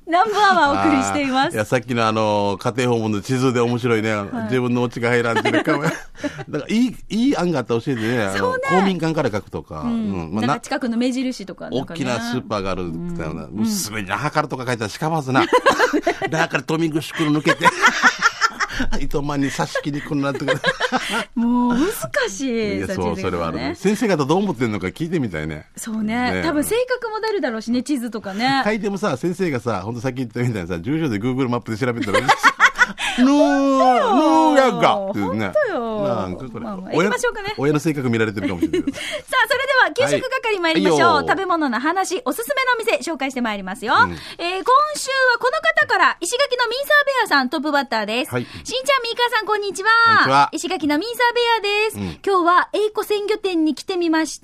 南部アワーお送りしています。 いや、さっきの家庭訪問の地図で面白いね。自分のお家が入らんっていうか。だからいい案があったら教えてね。公民館から書くとか。 なんか近くの目印とか。 大きなスーパーがあるって言ったら、娘に測るとか書いたらしかまずな。だから富城宿抜けて。糸満に差し切りくんなってくる。 もう難しい。 いや、そう、それはある。先生方どう思ってんのか聞いてみたいね。 そうね。多分性格も出るだろうしね、地図とかね。 書いてもさ、先生がさ、ほんとさっき言ったみたいにさ、住所で Google マップで調べたら、やがっていうね。なんかこれ。 行きましょうかね。 親の性格見られてるかもしれない。さあ、それでは、給食係参りましょう。食べ物の話、おすすめの店、紹介してまいりますよ。今週はこの方から、石垣のミーサーベアさん、トップバッターです。しんちゃん、みーかーさん、こんにちは。 こんにちは。 石垣のミーサーベアです。今日は、英子鮮魚店に来てみました。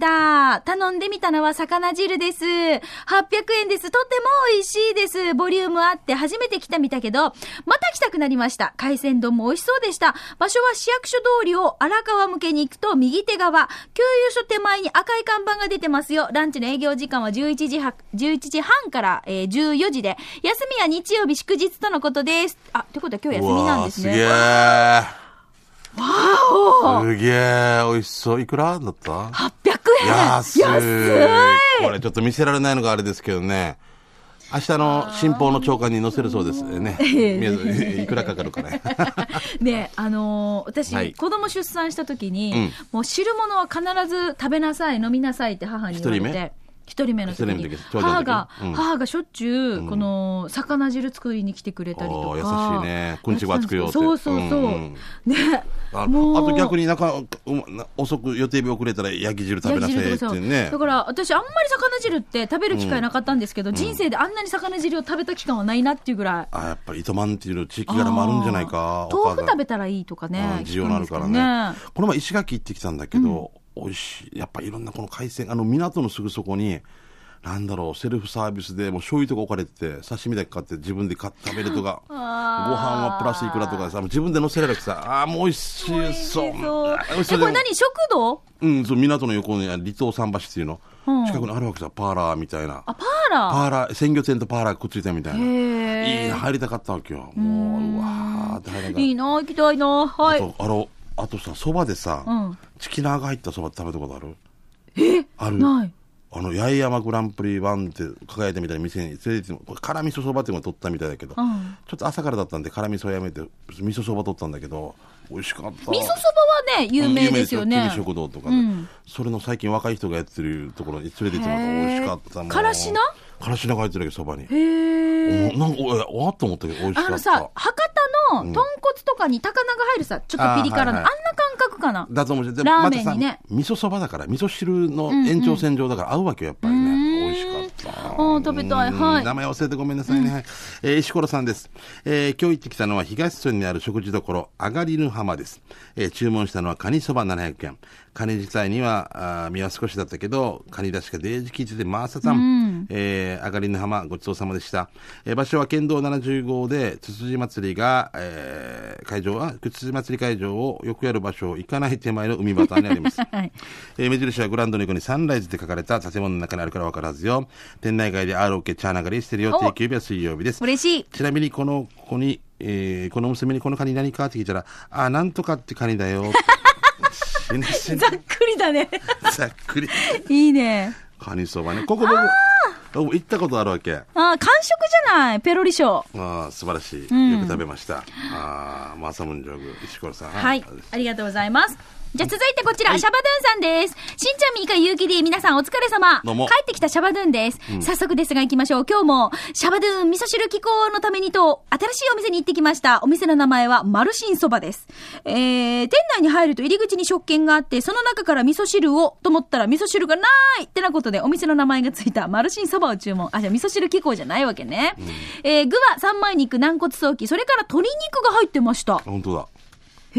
頼んでみたのは魚汁です。800円です。とっても美味しいです。ボリュームあって、初めて来てみたけど、また来たくなりました。海鮮丼も美味しそうでした。場所は市役所通りを荒川向けに行くと右手側、給油所手前に赤い看板が出てますよ。ランチの営業時間は11時半から、14時で、休みは日曜日祝日とのことです。あ、ってことは今日休みなんですね。 すげー。わー。すげー。美味しそう。いくらだった ?800 円。 安い。これちょっと見せられないのがあれですけどね。明日の新報の朝刊に載せるそうですね。いくらかかるかね。 ね、私、子供出産した時に、もう汁物は必ず食べなさい、飲みなさいって母に言われて。一人目の時に母がしょっちゅうこの魚汁作りに来てくれたりとか。 優しいね。くんちご熱くよって。 そうそうそう。ね。 あと逆に遅く予定日遅れたら焼き汁食べなさいってね。 だから私あんまり魚汁って食べる機会なかったんですけど、人生であんなに魚汁を食べた期間はないなっていうぐらい。 やっぱり糸満っていう地域柄もあるんじゃないか。 豆腐食べたらいいとかね。 需要のあるからね。この前石垣行ってきたんだけど、美味しい。やっぱいろんなこの海鮮、港のすぐそこに、なんだろう、セルフサービスでもう醤油とか置かれてて、刺身だけ買って自分で買って食べるとか、ご飯はプラスいくらとかさ、自分で乗せられてさ、もう美味しいそう。 これ何、食堂？ そう、港の横に離島桟橋っていうの。近くにあるわけさ、パーラーみたいな。 パーラー鮮魚店とパーラーくっついたみたいな。いいな、入りたかったわけよ。もう、うわーって入らない。 いいな、行きたいな。はい。 あとさ、蕎麦でさ、チキナーが入った蕎麦って食べたことある？ある。 ない。 八重山グランプリ1って輝いたみたいな店に連れて行っても、辛味噌そばっていうのを取ったみたいだけど、ちょっと朝からだったんで辛味噌をやめて味噌そば取ったんだけど、美味しかった。味噌そばはね、有名ですよね。 食堂とかで、それの最近若い人がやってるところに連れて行ってもらったら美味しかったもん。 からしなが入ってるけど、そばに。なんか、わっと思ったけど、美味しかった。 博多の豚骨とかに高菜が入るさ、ちょっとピリ辛の、あんな感覚かな。 だと思うし、 ラーメンにね。 味噌そばだから、味噌汁の延長線上だから合うわけよ、やっぱりね。美味しかった。 食べたい。はい。 名前忘れてごめんなさいね。石ころさんです。今日行ってきたのは東村にある食事処、あがりぬ浜です。注文したのはカニそば700円。カニ自体には身は少しだったけど、カニだしかデージ効いててまーささん、あがりぬ浜ごちそうさまでした。場所は県道70号で、つつじ祭りが、つつじ祭り会場をよくやる場所を行かない手前の海端にあります。目印はグランドの横にサンライズって書かれた建物の中にあるから分からずよ。店内外で ROK チャーナガリしてるよ。定休日は水曜日です。 嬉しい。 ちなみにこの子に、この娘にこのカニ何かって聞いたら、なんとかってカニだよ。 ざっくりだね。 ざっくり。 いいね。 カニそばね。ここ僕行ったことあるわけ。 完食じゃない。ペロリ賞。 素晴らしい。よく食べました。マーサムンジョグ石ころさん。 はい。ありがとうございます。じゃあ続いてこちら、シャバドゥンさんです。しんちゃん、みーか、ゆうきり、皆さんお疲れ様。 どうも。 帰ってきたシャバドゥンです。早速ですが行きましょう。今日も、シャバドゥン味噌汁機構のためにと、新しいお店に行ってきました。お店の名前は、マルシンそばです。店内に入ると入り口に食券があって、その中から味噌汁を、と思ったら味噌汁がないってなことで、お店の名前がついたマルシンそばを注文。じゃあ味噌汁機構じゃないわけね。具は三枚肉、軟骨早期、それから鶏肉が入ってました。 本当だ。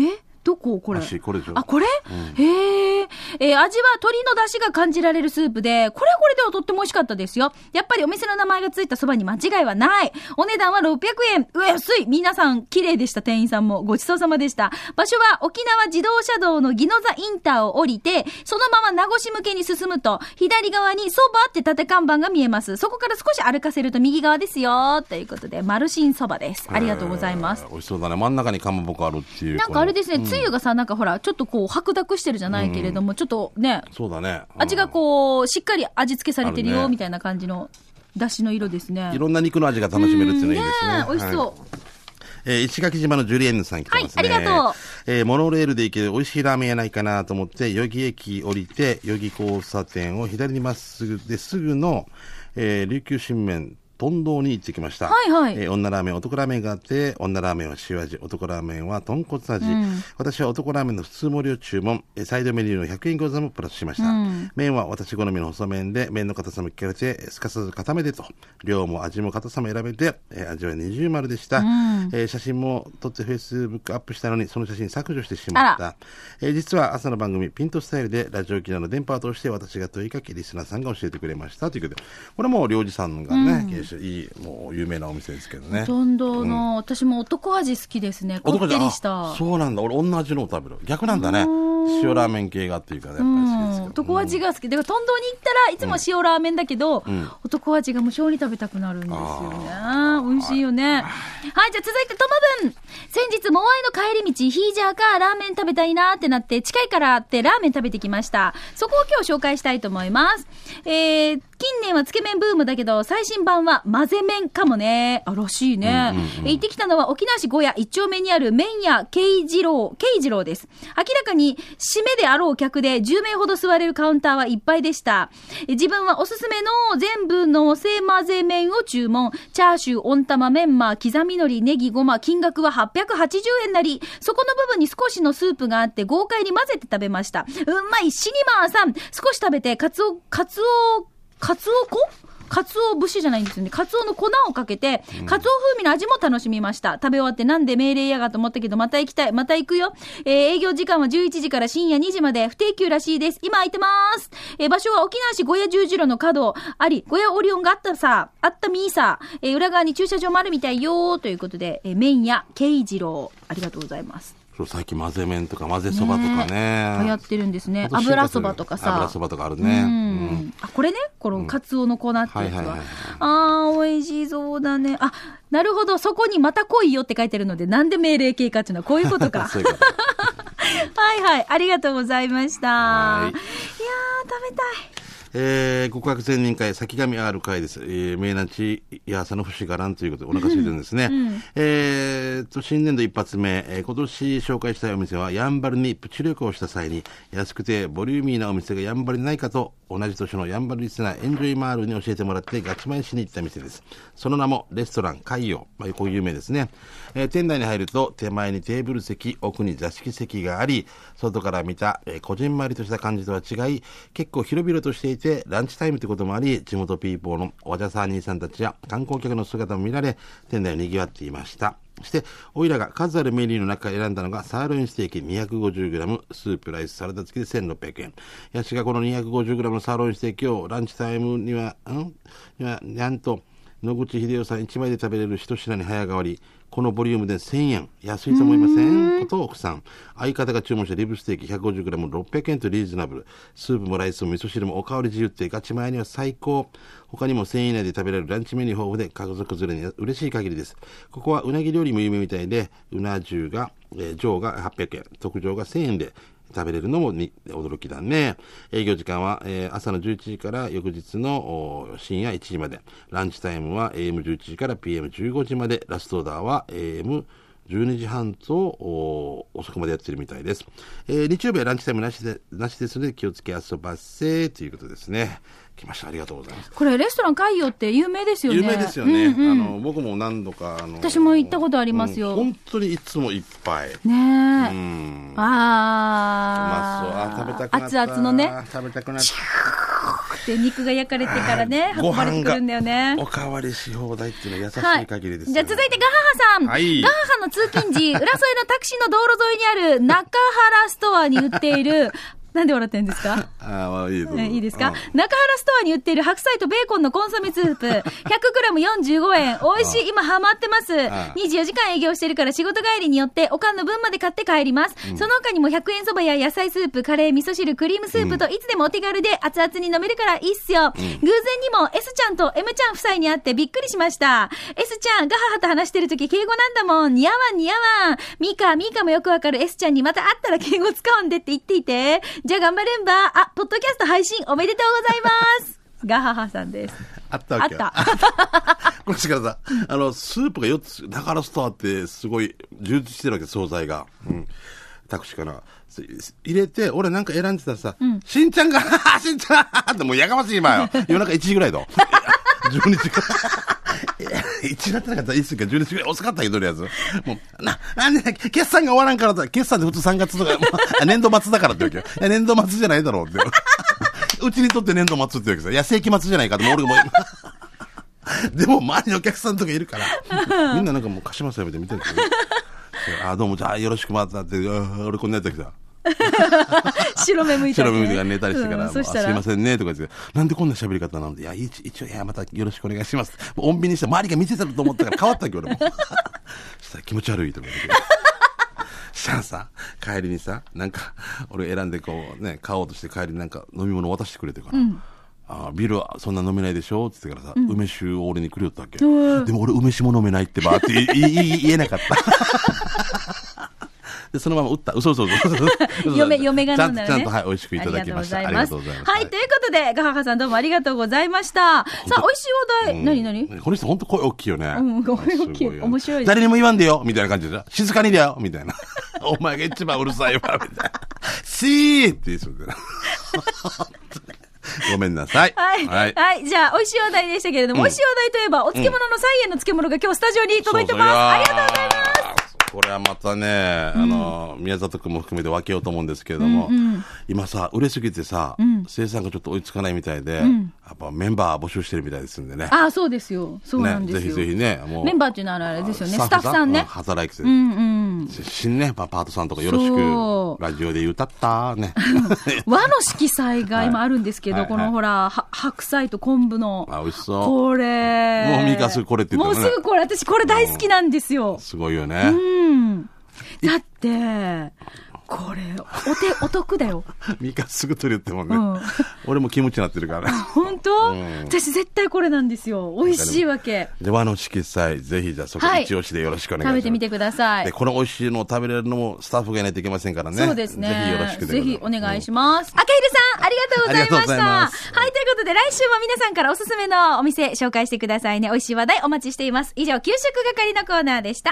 どここれ。 これでしょ。 あ、これ、へえ。味は鶏の出汁が感じられるスープで、これはこれでとっても美味しかったですよ。やっぱりお店の名前がついたそばに間違いはない。お値段は600円。うわ、安い。皆さん、綺麗でした。店員さんも。ごちそうさまでした。場所は沖縄自動車道の宜野座インターを降りて、そのまま名護市向けに進むと、左側にそばって縦看板が見えます。そこから少し歩かせると右側ですよ。ということで、マルシンそばです。ありがとうございます。 美味しそうだね。真ん中にかまぼこあるっていう。 なんかあれですね、つゆがさ、なんかほら、ちょっとこう、白濁してるじゃないけれども、ちょっとね、 そうだね。 味がこう、しっかり味付けされてるよ、みたいな感じの、だしの色ですね。 いろんな肉の味が楽しめるっていうのいいですね。 美味しそう。 石垣島のジュリエンヌさん来てますね。 はい、ありがとう。モノレールで行ける美味しいラーメンやないかなと思って、代々木駅降りて、代々木交差点を左にまっすぐですぐの、琉球新麺、トンドーに行ってきました。 はいはい。 女ラーメン、男ラーメンがあって、女ラーメンは塩味、男ラーメンは豚骨味。私は男ラーメンの普通盛りを注文、サイドメニューの100円餃子もプラスしました。麺は私好みの細麺で、麺の硬さも聞かれて、すかさず固めでと。量も味も硬さも選べて、味は二重丸でした。写真も撮ってフェイスブックアップしたのに、その写真削除してしまった。実は朝の番組、ピントスタイルでラジオ沖縄の電波を通して私が問いかけ、リスナーさんが教えてくれましたということで、これも領事さんがね、いい、もう有名なお店ですけどね。 ほとんどの、私も男味好きですね。こってりした。 そうなんだ。俺同じのを食べる。逆なんだね。塩ラーメン系がっていうか、やっぱり好きですけど。 男味が好き。だから、トンドーに行ったらいつも塩ラーメンだけど、男味が無性に食べたくなるんですよね。美味しいよね。はい、じゃあ続いてトマブン。先日、モアイの帰り道、ヒージャーかラーメン食べたいなってなって、近いからってラーメン食べてきました。そこを今日紹介したいと思います。近年はつけ麺ブームだけど、最新版は混ぜ麺かもね。らしいね。行ってきたのは沖縄市小屋一丁目にある麺屋慶次郎です。明らかに締めであろう客で10名ほど座れるカウンターはいっぱいでした。自分はおすすめの全部のせ混ぜ麺を注文。チャーシュー、温玉、メンマ、刻み海苔、ネギ、ごま、金額は880円なり、そこの部分に少しのスープがあって豪快に混ぜて食べました。うまい、シニマーさん。少し食べて、かつお節じゃないんですよね。カツオの粉をかけて、カツオ風味の味も楽しみました。食べ終わってなんで命令やがと思ったけど、また行きたい。また行くよ。営業時間は11時から深夜2時まで不定休らしいです。今空いてます。場所は沖縄市小屋十字路の角あり、小屋オリオンがあったみーさ。裏側に駐車場もあるみたいよ。ということで、麺屋慶次郎。ありがとうございます。 最近混ぜ麺とか混ぜそばとかね。 流行ってるんですね。油そばとかさ。 油そばとかあるね。 これね、このカツオの粉ってやつは。美味しそうだね。なるほど。そこにまた来いよって書いてるので、なんで命令形かっていうのはこういうことか。 そういうこと。 はいはい。ありがとうございました。いやー、食べたい。 極楽仙人会、先神 R 会です。名南地や朝の節がらんということでお腹空いてるんですね。新年度一発目、今年紹介したいお店は、やんばるにプチ旅行した際に、安くてボリューミーなお店がやんばるにないかと、同じ年のやんばるリスナー、エンジョイマールに教えてもらってガチ前しに行った店です。その名も、レストラン海洋。こういう有名ですね。店内に入ると、手前にテーブル席、奥に座敷席があり、外から見た、こじんまりとした感じとは違い、結構広々としていて、ランチタイムということもあり、地元ピーポーのおじゃさん兄さんたちや観光客の姿も見られ、店内を賑わっていました。そして、おいらが数あるメニューの中から選んだのが、サーロインステーキ 250g、スープ、ライス、サラダ付きで1600円。ヤシがこの 250g のサーロインステーキをランチタイムには、なんと、野口英世さん1枚で食べれる一品に早変わり、このボリュームで1000円。安いと思いませんこと奥さん。相方が注文したリブステーキ 150g600 円とリーズナブル。スープもライスも味噌汁もおかわり自由ってガチ前には最高。他にも1000円以内で食べられるランチメニュー豊富で家族連れに嬉しい限りです。ここはうなぎ料理も有名みたいで、うな重が、上が800円、特上が1000円で、食べれるのも驚きだね。営業時間は、朝の11時から翌日の深夜1時まで。ランチタイムは AM11 時から PM15 時まで。ラストオーダーは AM12 時半と遅くまでやってるみたいです。日曜日はランチタイムなしですので気をつけ遊ばせということですね。来ました。ありがとうございます。 これレストラン海洋って有名ですよね。 有名ですよね。僕も何度か私も行ったことありますよ。 本当にいつもいっぱい。 ねえ。うまそう。食べたくなった。 熱々のね。 食べたくなった。 くて肉が焼かれてからね、運ばれてくるんだよね。 おかわりし放題っていうのは優しい限りですよね。 じゃあ続いてガハハさん。はい、ガハハの通勤時、浦添のタクシーの道路沿いにある中原ストアに売っている、なんで笑ってるんですか？いいですか？中原ストアに売っている白菜とベーコンのコンソメスープ、100g45 円。美味しい。今ハマってます。24時間営業してるから仕事帰りによっておかんの分まで買って帰ります。その他にも100円そばや野菜スープ、カレー、味噌汁、クリームスープといつでもお手軽で熱々に飲めるからいいっすよ。偶然にも S ちゃんと M ちゃん夫妻に会ってびっくりしました。S ちゃん、ガハハと話してるとき敬語なんだもん。似合わん似合わん。ミカもよくわかる S ちゃんにまた会ったら敬語使うんでって言っていて。じゃあ頑張れんば。ポッドキャスト配信おめでとうございます。ガハハさんです。 あったわけ。これしからさ、スープが4つ、中原ストアってすごい充実してるわけ、惣菜が。タクシーから入れて、俺なんか選んでたらさ、しんちゃんが、しんちゃんってもうやかましい今よ。夜中1時ぐらいだ。12時ぐらい。1時だったらいいっすか、12時ぐらい遅かったけど、とりあえず。もう、なんで、決算が終わらんからだ。決算で普通3月とか、年度末だからってわけよ。いや、年度末じゃないだろうって。うちにとって年度末ってわけさ。いや、世紀末じゃないかと、俺も。でも、周りのお客さんとかいるから、みんななんかもう、貸しますよ、みたいな見てるんですよ。どうも、じゃあ、よろしくまたって、俺こんなやつ来た。 白目向いて、 白目向いて寝たりしてから、すいませんねとか言って、なんでこんな喋り方なので、いや、一応、またよろしくお願いします。穏便にして周りが見てたと思ったから変わったっけ俺も。したら気持ち悪いとか言って。したらさ、帰りにさ、なんか俺選んでこうね買おうとして帰りになんか飲み物渡してくれてから。ビールはそんな飲めないでしょって言ってからさ、梅酒を俺にくれよったわけ。でも俺梅酒も飲めないってばって言えなかった。でそのまま打った。嘘。 嫁が飲んだらね。 ちゃんと、はい、美味しくいただきました。ありがとうございます。 はい、ということで、ガハハさんどうもありがとうございました。さあ、美味しい話題、何この人本当声大きいよね。 声大きい。面白い。 誰にも言わんでよみたいな感じで、静かにだよみたいな。お前が一番うるさいわ、みたいな。しーって言いそうだな。ごめんなさい。 はい。じゃあ、美味しい話題でしたけれども、美味しい話題といえば、お漬物の菜園の漬物が今日スタジオに届いてます。ありがとうございます。 これはまたね、宮里君も含めて分けようと思うんですけれども、今さ、売れすぎてさ、生産がちょっと追いつかないみたいで、やっぱメンバー募集してるみたいですんでね。 ああ、そうですよ。そうなんですよ。 ぜひね、 もう。メンバーっていうのはあれですよね。スタッフさんね。 働いてて。新ね、パートさんとかよろしく、ラジオで歌ったね。 和の色彩が今あるんですけど、このほら、白菜と昆布の。 あ、美味しそう。 これ。 もうミカすぐこれって言ったね。もうすぐこれ、私これ大好きなんですよ。 すごいよね。 だって、これ、お得だよ。 ミカすぐ取り言ってもね。俺も気持ちになってるからね。 本当？私絶対これなんですよ。美味しいわけ。 で、和の色彩、ぜひじゃあそこ一押しでよろしくお願いします。 食べてみてください。 で、この美味しいのを食べれるのもスタッフがいないといけませんからね。 そうですね。 ぜひよろしくでございます。 ぜひお願いします。赤ひるさん、ありがとうございました。はい、ということで来週も皆さんからおすすめのお店紹介してくださいね。美味しい話題お待ちしています。以上、給食係のコーナーでした。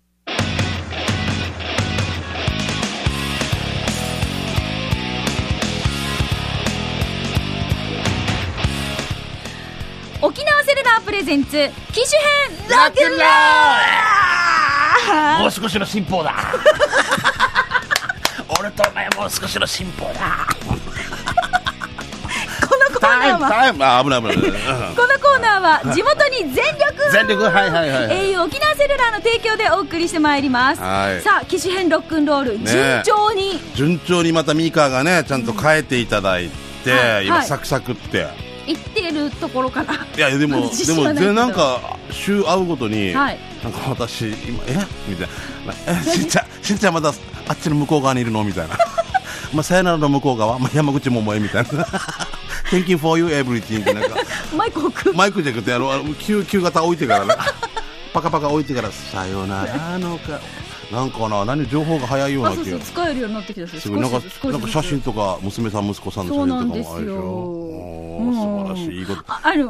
沖縄セルラープレゼンツ機種編ロックンロール。 もう少しの進歩だ。俺とお前もう少しの進歩だ。 このコーナーは危ないこのコーナーは地元に全力はい au 沖縄セルラーの提供でお送りしてまいります。さあ、機種編ロックンロール、順調にまたミカがねちゃんと変えていなん今サクサクって言ってるところかな。 いやでもなんか週会うごとに、なんか私今みたいな、しんちゃんまだあっちの向こう側にいるのみたいな。まあさよならの向こう側、山口百恵みたいな。Thank you for you everything ってなんかマイクじゃなくて旧型置いてからね、パカパカ置いてからさよならのか。なんか何情報が早いような気が。 使えるようになってきたし、 なんか写真とか娘さん息子さんの写真とかもあるでしょ。素晴らしい、いいこと。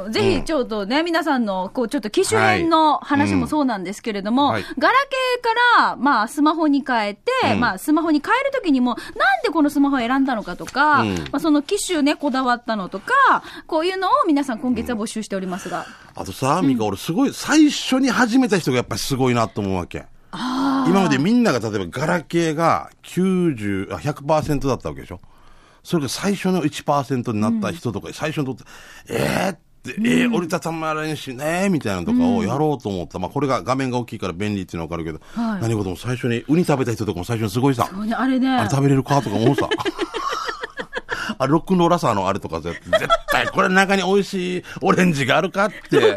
ぜひちょっとね、皆さんのこうちょっと機種編の話もそうなんですけれども、ガラケーからスマホに変えて、スマホに変えるときにもなんでこのスマホを選んだのかとか、その機種ねこだわったのとか、こういうのを皆さん今月は募集しておりますが。あとさ、ミカ、俺すごい最初に始めた人がやっぱりすごいなと思うわけ。今までみんなが例えばガラケーが100% だったわけでしょ。 それが最初の 1% になった人とか、最初にとって、折りたたまれんしね、みたいなのとかをやろうと思った。まあ、これが画面が大きいから便利っていうのはわかるけど、何事も最初に、ウニ食べた人とかも最初にすごいさ。 そうね、あれね。 あれ食べれるかとか思うさ。ロックンローラサーのあれとか絶対これ中に美味しいオレンジがあるかって、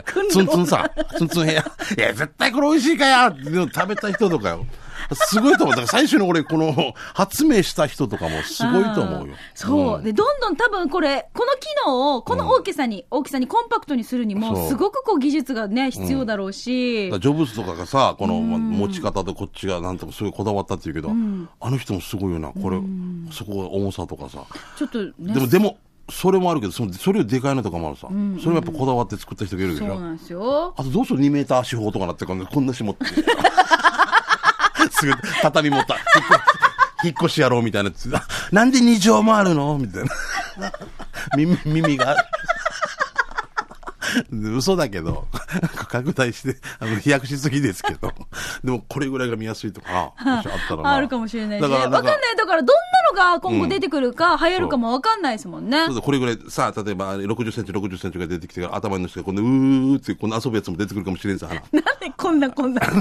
ツンツンさ、ツンツン部屋。いや、絶対これ美味しいかやって食べた人とかよ。すごいと思う。だから最初に俺、この発明した人とかもすごいと思うよ。 そう。で、どんどん多分この機能を、この大きさにコンパクトにするにも、すごくこう技術がね、必要だろうし。 ジョブズとかがさ、この持ち方とこっちがなんとかすごいこだわったって言うけど、あの人もすごいよな。これ、そこ重さとかさ。 ちょっとね。 でも、それもあるけど、それよりでかいのとかもあるさ。それもやっぱこだわって作った人がいるでしょ。 そうなんですよ。 あとどうする2メーター四方とかなってこんな絞って。すぐ畳持った。引っ越しやろうみたいなやつ。なんで2畳もあるのみたいな。耳が。嘘だけど、拡大して、飛躍しすぎですけど。でも、これぐらいが見やすいとか、もしあったらな。 あるかもしれないね。わかんない。だから、どんなのが今後出てくるか、流行るかもわかんないですもんね。 そうこれぐらいさ、例えば、60センチ、60センチが出てきてから、頭の下がこんな、うーって、こんな遊ぶやつも出てくるかもしれんさ。 なんでこんな。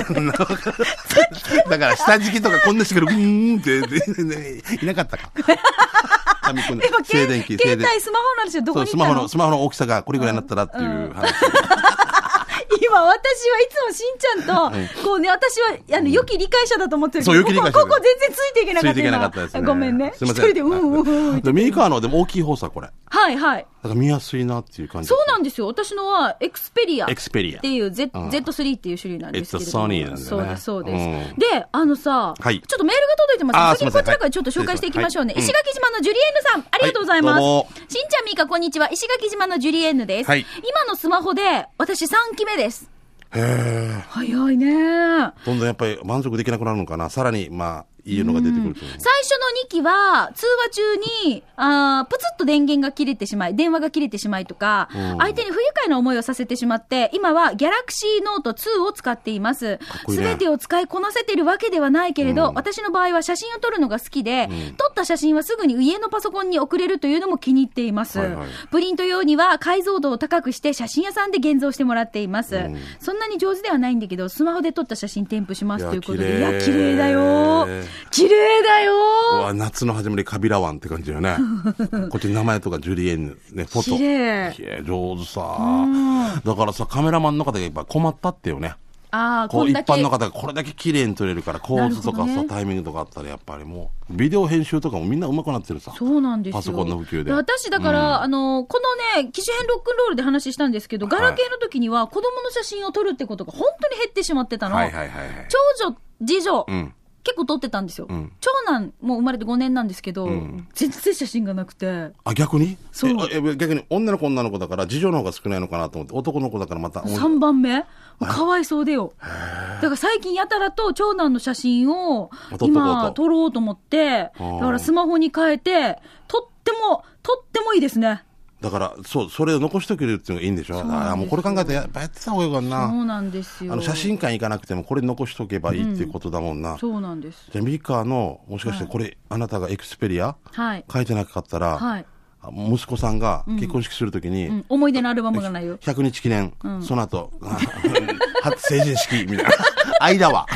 だから、下敷きとかこんなしてくる、うーんって、いなかったか。静電気。 携帯、スマホなんですよ。どこに行ったの？ スマホの大きさがこれぐらいになったらっていう話。 今、私はいつもしんちゃんと、こうね、私は、良き理解者だと思ってるけど、ここ全然ついていけなかった。 ついていけなかったですね。 ごめんね。 すいません。 一人で、 メーカーのでも大きい方さ、これ。 はいはい。 だから見やすいなっていう感じ。 そうなんですよ。私のは、エクスペリアっていう、 Z3 っていう種類なんですけれども。 It's a Sony なんだよね。 そうです。で、ちょっとメールが届いてますので、先にこちらからちょっと紹介していきましょうね。石垣島のジュリエンヌさん、ありがとうございます。しんちゃんみーか、こんにちは。石垣島のジュリエンヌです。今のスマホで、私3機目です。早いね。 どんどんやっぱり満足できなくなるのかな。さらに、いいのが出てくると思う。 最初の2機は、通話中に、プツッと電源が切れてしまい、電話が切れてしまいとか、相手に不愉快な思いをさせてしまって、今はギャラクシーノート2を使っています。すべてを使いこなせてるわけではないけれど、私の場合は写真を撮るのが好きで、撮った写真はすぐに家のパソコンに送れるというのも気に入っています。プリント用には解像度を高くして写真屋さんで現像してもらっています。そんなに上手ではないんだけど、スマホで撮った写真添付しますということで、いや、綺麗だよ。綺麗だよー。夏の始まりカビラワンって感じよね。こっち名前とかジュリエンヌね、フォト。綺麗上手さ。だからさ、カメラマンの方がやっぱ困ったってよね。こう一般の方がこれだけ綺麗に撮れるから構図とかさ、タイミングとかあったらやっぱりもうビデオ編集とかもみんな上手くなってるさ。 そうなんですよ。 パソコンの普及で。 私だから、このね、機種編ロックンロールで話したんですけど、ガラケーの時には子供の写真を撮るってことが本当に減ってしまってたの。長女、次女、結構撮ってたんですよ。長男も生まれて5年なんですけど、全然写真がなくて。 逆に？ そう。 逆に女の子だから次女の方が少ないのかなと思って、男の子だからまた。 3番目かわいそうでよ。だから最近やたらと長男の写真を今撮ろうと思って、だからスマホに変えて、とってもいいですね。 だから、それを残しとけるっていうのがいいんでしょ。もうこれ考えてやっぱやってた方がいいかな。 そうなんですよ。 写真館行かなくてもこれ残しとけばいいっていうことだもんな。 そうなんです。 じゃあミカの、もしかしてこれ、あなたがエクスペリア書いてなかったら、息子さんが結婚式するときに、 思い出のアルバムがないよ。 100日記念、その後、成人式、みたいな。間は。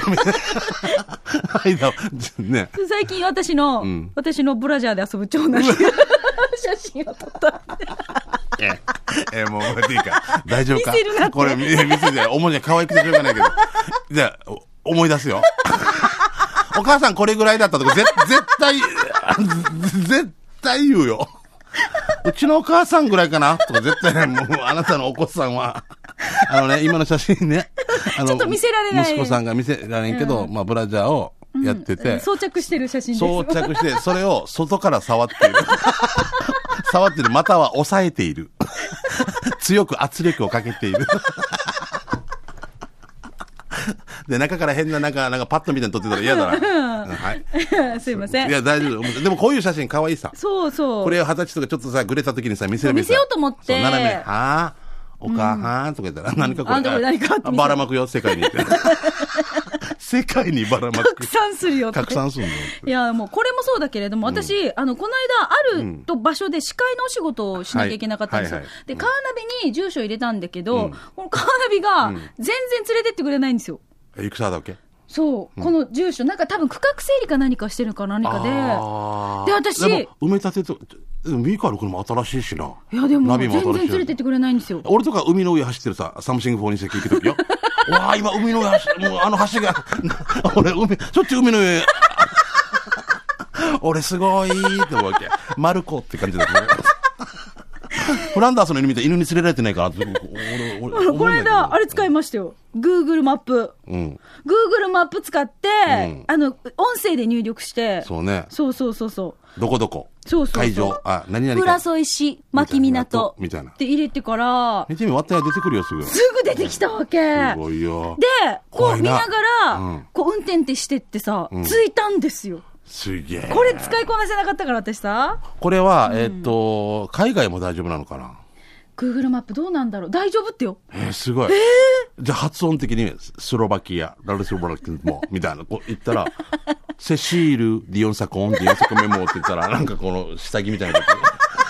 ね。 最近私のブラジャーで遊ぶ長男が写真を撮った。 もう、いいか。大丈夫か。 見せるなって。 これ、見せて、思い出可愛くてしょうがないけど。じゃあ、思い出すよ。お母さんこれぐらいだったとか、絶対言うよ。うちのお母さんぐらいかなとか絶対もうあなたのお子さんは今の写真ねちょっと見せられない息子さんが見せられんけど、ブラジャーをやってて、 装着してる写真です。 装着してそれを外から触っている触ってるまたは押さえている強く圧力をかけているで中から変ななんかパッドみたいに撮ってたら嫌だな、はい、 すいません。 いや大丈夫。でもこういう写真可愛いさ。 そうそう。 これを20歳とかちょっとさグレた時にさ見せようと思って。 斜めお母さんとか言ったら、何かこれ。 あんたこれ何かってばらまくよ、世界に。世界にばらまく。 拡散するよって。 拡散するの。 いや、もうこれもそうだけれども、私、この間、ある場所で司会のお仕事をしなきゃいけなかったんですよ。で、カーナビに住所入れたんだけど、このカーナビが全然連れてってくれないんですよ。 行くさだっけ？ そう、この住所、なんか多分区画整理か何かしてるか何かで。で、私。 でも埋め立てと、ミカルこれも新しいしな。 いや、でも、全然連れてってくれないんですよ。 俺とか海の上走ってるさ、サムシング4に席行くときよ。わあ、今海の上走って、もう橋が、俺、しょっちゅう海の上。俺すごいって思うわけ。マルコって感じだね。フランダースの犬見て犬に連れられてないから。 この間、あれ使いましたよ。Google マップ。Google マップ使って、音声で入力して。 そうね。 そう。 どこどこ。 そう。 会場。何々か。 浦添市、牧港。 みたいな。 って入れてから。 見てみ、割ったら出てくるよ、すぐ。 すぐ出てきたわけ。 すごいよ。 で、こう見ながら、こう運転ってしてってさ、着いたんですよ。 すげえ。 これ使いこなせなかったから私さ。 これは、海外も大丈夫なのかな？ Google マップどうなんだろう？大丈夫ってよ。 すごい。じゃあ発音的にスロバキア、ラルスロバキアも、みたいな、こう言ったら、セシール、ディオンサコン、ディオンサコメモって言ったら、なんかこの下着みたいなこと。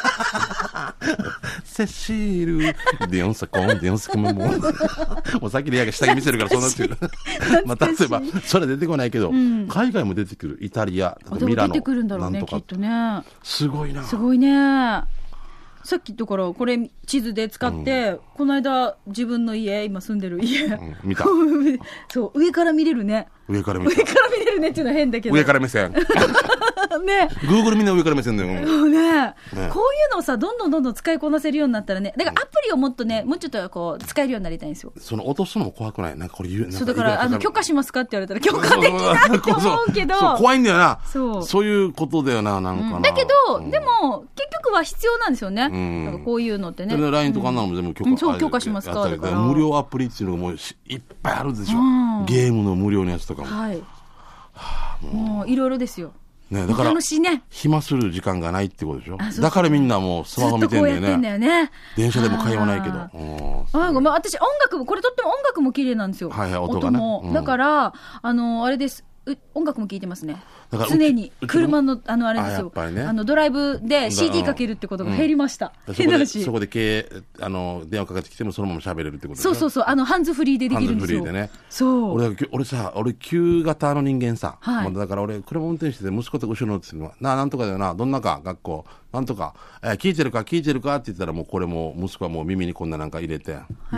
セシール、ディオンサコン、ディオンサコメモ。もうさっきでやが下着見せるからそうなってる。まあ、例えば、それ出てこないけど、海外も出てくる。イタリア、ミラノ。 出てくるんだろうね、きっとね。 すごいな。 すごいね。さっきだからこれ地図で使って、この間自分の家、今住んでる家、 見た。 そう上から見れるね。 上から見れるねっていうのは変だけど。 上から目線。ね。Google みんな上から目線だよ。 ね。こういうのをさ、どんどん使いこなせるようになったらね。だからアプリをもっとね、もうちょっとこう使えるようになりたいんですよ。 その落とすのも怖くない？なんかこれ言う。 そうだから許可しますかって言われたら許可できないと思うけど。 怖いんだよな。 そういうことだよな、なんかな。 だけどでも結局は必要なんですよね。なんかこういうのってね。 LINE とかなのも全部許可。 そう許可しますかだから。 無料アプリっていうのがもういっぱいあるでしょ。ゲームの無料のやつとかも。 はい。もういろいろですよ。 ね、だから楽しいね。 暇する時間がないってことでしょ。だからみんなもうスマホ見てんだよね。ずっとこうやってんだよね。電車でも会話ないけど。 ごめん、私音楽もこれとっても音楽も綺麗なんですよ。 はいはい、音がね。 だからあれです。音楽も聴いてますね。常に車のあれですよ。ドライブで CD かけるってことが減りました。 そこで電話かかってきてもそのまま喋れるってことそうハンズフリーでできるんですよ。 ハンズフリーでね。 そう。 俺旧型の人間さ。だから俺車運転してて息子と後ろ乗ってるのはなんとかだよな、どんなか学校なんとか聞いてるかって言ったらもうこれも息子はもう耳にこんななんか入れてよ。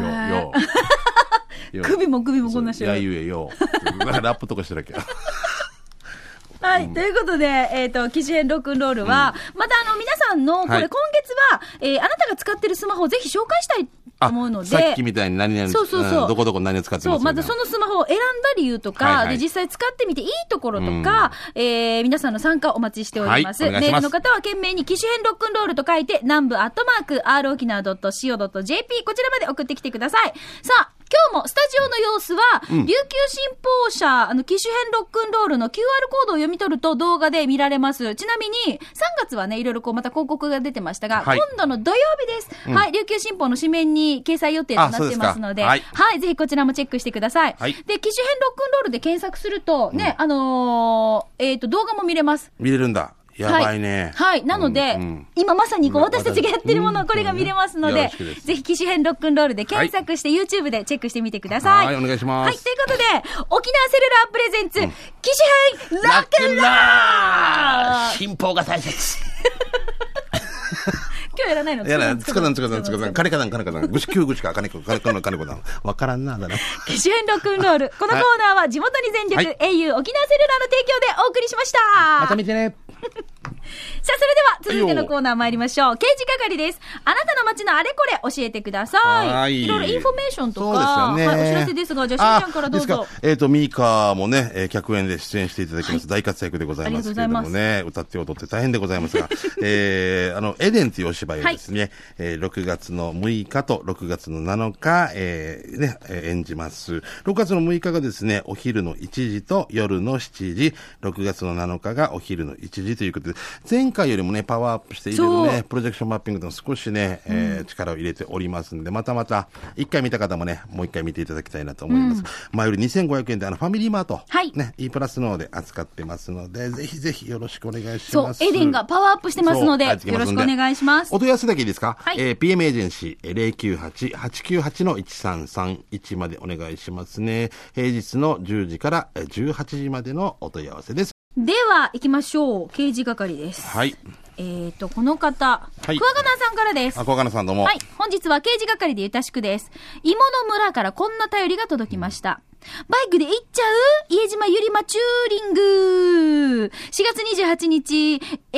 首もこんなしてる。 やゆえよ。ラップとかしてるわけ。 はい、ということで、機種編ロックンロールは、また皆さんの、これ今月は、あなたが使ってるスマホをぜひ紹介したいと思うので。 さっきみたいに何々、どこどこ何を使ってますか。 まずそのスマホを選んだ理由とか、で、実際使ってみていいところとか、皆さんの参加お待ちしております。メールの方は懸命に機種編ロックンロールと書いて、南部@r okinawa.co.jp こちらまで送ってきてください。さあ、今日もスタジオの様子は、琉球新報社、機種編ロックンロールの QR コードを読み取ると動画で見られます。ちなみに、3月はね、いろいろこうまた広告が出てましたが、今度の土曜日です。はい、琉球新報の紙面に掲載予定となってますので、はい、ぜひこちらもチェックしてください。で、機種編ロックンロールで検索すると、ね、動画も見れます。 見れるんだ。やばいね。 はい。なので、今まさに私たちがやってるもの、これが見れますので、ぜひ機種編ロックンロールで検索して、YouTube でチェックしてみてください。 はい、お願いします。 はい。ということで、沖縄セルラープレゼンツ、機種編ロックンロール新報が大切。 今日やらないの？ やらない。つかさん。金かぐしか、金子だ。わからんな、だな。 機種編ロックンロール。このコーナーは地元に全力、au 沖縄セルラーの提供でお送りしました。 また見てね。 さあ、それでは続いてのコーナー参りましょう。刑事係です。あなたの街のあれこれ教えてください。いろいろインフォメーションとか、お知らせですが、じゃあしんちゃんからどうぞ。 ミーカもね、客演で出演していただきます。大活躍でございますけれどもね、歌って踊って大変でございますが、エデンというお芝居をですね、6月の6日と6月の7日、演じます。6月の6日がですね、お昼の1時と夜の7時、6月の7日がお昼の1時ということで、前回よりもね、パワーアップしていろいろね、プロジェクションマッピングと少しね、力を入れておりますんで、また一回見た方もね、もう一回見ていただきたいなと思います。前より2500円でファミリーマート、ね、E プラスの方で扱ってますので、ぜひぜひよろしくお願いします。 そう、エデンがパワーアップしてますので、よろしくお願いします。 お問い合わせだけいいですか？PM エージェンシー 098-898-1331 までお願いしますね。平日の10時から18時までのお問い合わせです。 では行きましょう。刑事係です。 はい。 この方、クワガナさんからです。 クワガナさんどうも。 はい。本日は刑事係でゆたしくです。芋の村からこんな便りが届きました。バイクで行っちゃう家島ゆりまチューリング。4月28日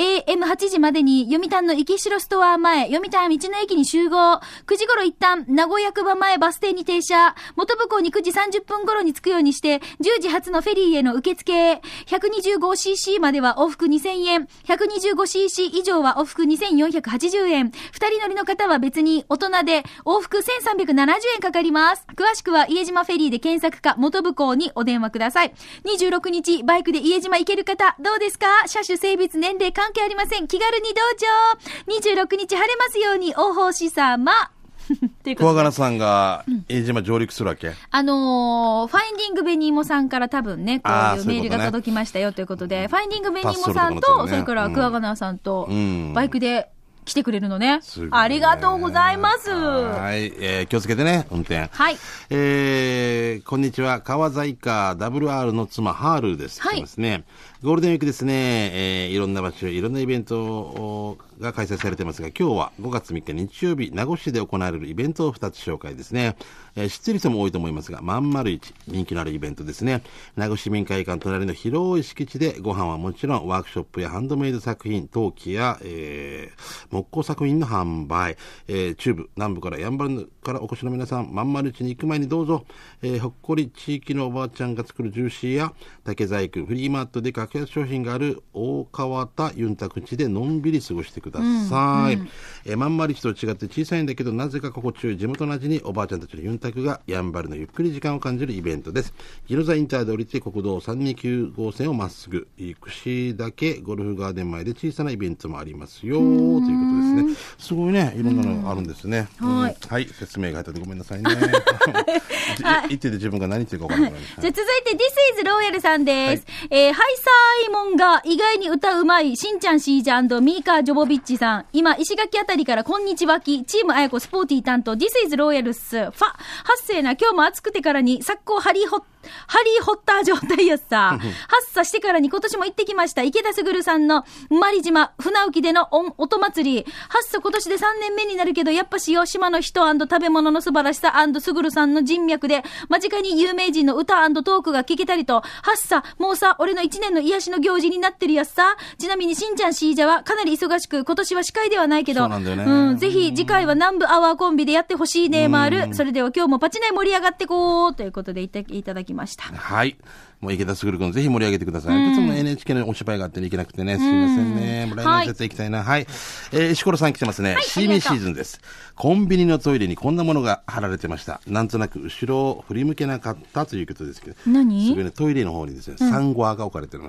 AM8 時までに読谷の池城ストア前、読谷道の駅に集合。9時頃一旦名古屋役場前バス停に停車。元部港に9時30分頃に着くようにして、10時発のフェリーへの受付。125cc までは往復2000円。125cc 以上は往復2480円。2人乗りの方は別に大人で往復1370円かかります。詳しくは家島フェリーで検索か元部港にお電話ください。26日バイクで家島行ける方どうですか？車種性別年齢関係ありません。気軽にどうぞ。26日晴れますようにお星様。 クワガナさんが家島上陸するわけ？ファインディングベニーモさんから多分ね、こういうメールが届きましたよということで、ファインディングベニーモさんと、それからクワガナさんと、バイクで来てくれるのね。ありがとうございます。 はい、気をつけてね、運転。 はい。 こんにちは。川細川 WR の妻、ハールです。 はい。 ですね。ゴールデンウィークですね、いろんな場所、いろんなイベントが開催されてますが、今日は5月3日日曜日、名護市で行われるイベントを2つ紹介ですね。知ってる人も多いと思いますが、まんまる市、人気のあるイベントですね。名護市民会館隣の広い敷地で、ご飯はもちろんワークショップやハンドメイド作品、陶器や、木工作品の販売、中部、南部からやんばるからお越しの皆さん、まんまる市に行く前にどうぞ、ほっこり地域のおばあちゃんが作るジューシーや竹細工、フリーマートで格安商品がある大川田ユンタク地でのんびり過ごしてください。まんまる市と違って小さいんだけど、なぜか心地よい地元の味におばあちゃんたちのユンタクがやんばるのゆっくり時間を感じるイベントです。宜野座インターで降りて国道329号線をまっすぐ、串岳ゴルフガーデン前で小さなイベントもありますよということですね。すごいね、いろんなのがあるんですね。はい、はい、説明が入ったんでごめんなさいね。言ってて自分が何言ってるか分からない。 じゃあ続いて This is Royal さんです。ハイサイモンが意外に歌うまいしんちゃんシージャー&ミーカージョボビッチさん。今石垣あたりからこんにちはきチームあやこスポーティー担当 This is Royal スファ発生な今日も暑くてからに昨今ハリーホッター状態やさ。発作してからに今年も行ってきました池田卓さんのマリ島船浮きでの音祭り。発作今年で3年目になるけどやっぱしよ島の人&食べ物の素晴らしさ&卓さんの人脈で間近に有名人の歌&トークが聞けたりと、発作もうさ俺の1年の癒しの行事になってるやつさ。ちなみにしんちゃんシージャはかなり忙しく今年は司会ではないけど、 そうなんだよね。 ぜひ次回は南部アワーコンビでやってほしいねもある。それでは今日もパチナイ盛り上がってこうということでいただきました。 はい。もう池田卓君ぜひ盛り上げてください。いつも NHK のお芝居があって行けなくてね、すいませんね。来年絶対行きたいな。はい。石ころさん来てますね。シーミーシーズンです。コンビニのトイレにこんなものが貼られてました。なんとなく後ろを振り向けなかったということですけど。 何？ すごいね、トイレの方にですね、サンゴアが置かれてるの。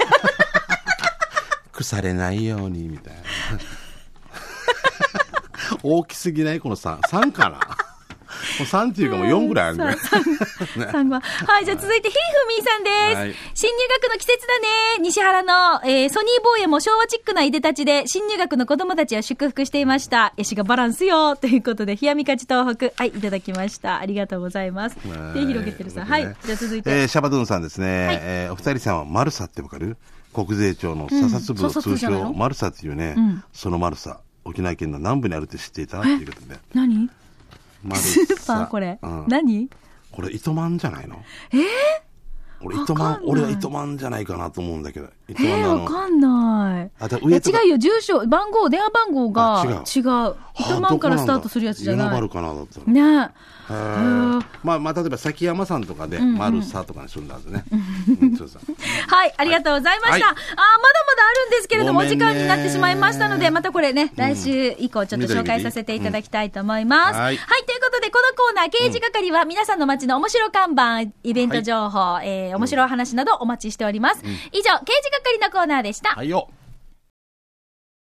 腐れないようにみたいな。大きすぎないこの3かな。もう3っていうかもう4ぐらいあるね。 3は。はい、じゃあ続いてひーふみーさんです。はい、新入学の季節だね。西原の、ソニー坊やも昭和チックないでたちで新入学の子供たちは祝福していました。絵師がバランスよということで、冷やみかち東北。はい、いただきました。ありがとうございます。で、広げてるさん。はい。じゃあ続いて。 シャバドゥンさんですね。お二人さんはマルサってわかる？国税庁の査察部通称マルサっていうね、そのマルサ。沖縄県の南部にあるって知っていたということで。 何？スーパーこれ、何これ糸満じゃないの？俺は糸満じゃないかなと思うんだけど。 わかんない。違うよ、住所、番号、電話番号が違う。糸満からスタートするやつじゃない。 ユナバルかなだったら。 ね。 まあ例えば崎山さんとかでマルサとかにするんだはずね。 はい、ありがとうございました。まだまだあるんですけれども、お時間になってしまいましたので、またこれね、来週以降ちょっと紹介させていただきたいと思います。はい、ということで、このコーナー、刑事係は皆さんの街の面白看板、イベント情報、面白い話などお待ちしております。以上、刑事係のコーナーでした。 はいよ。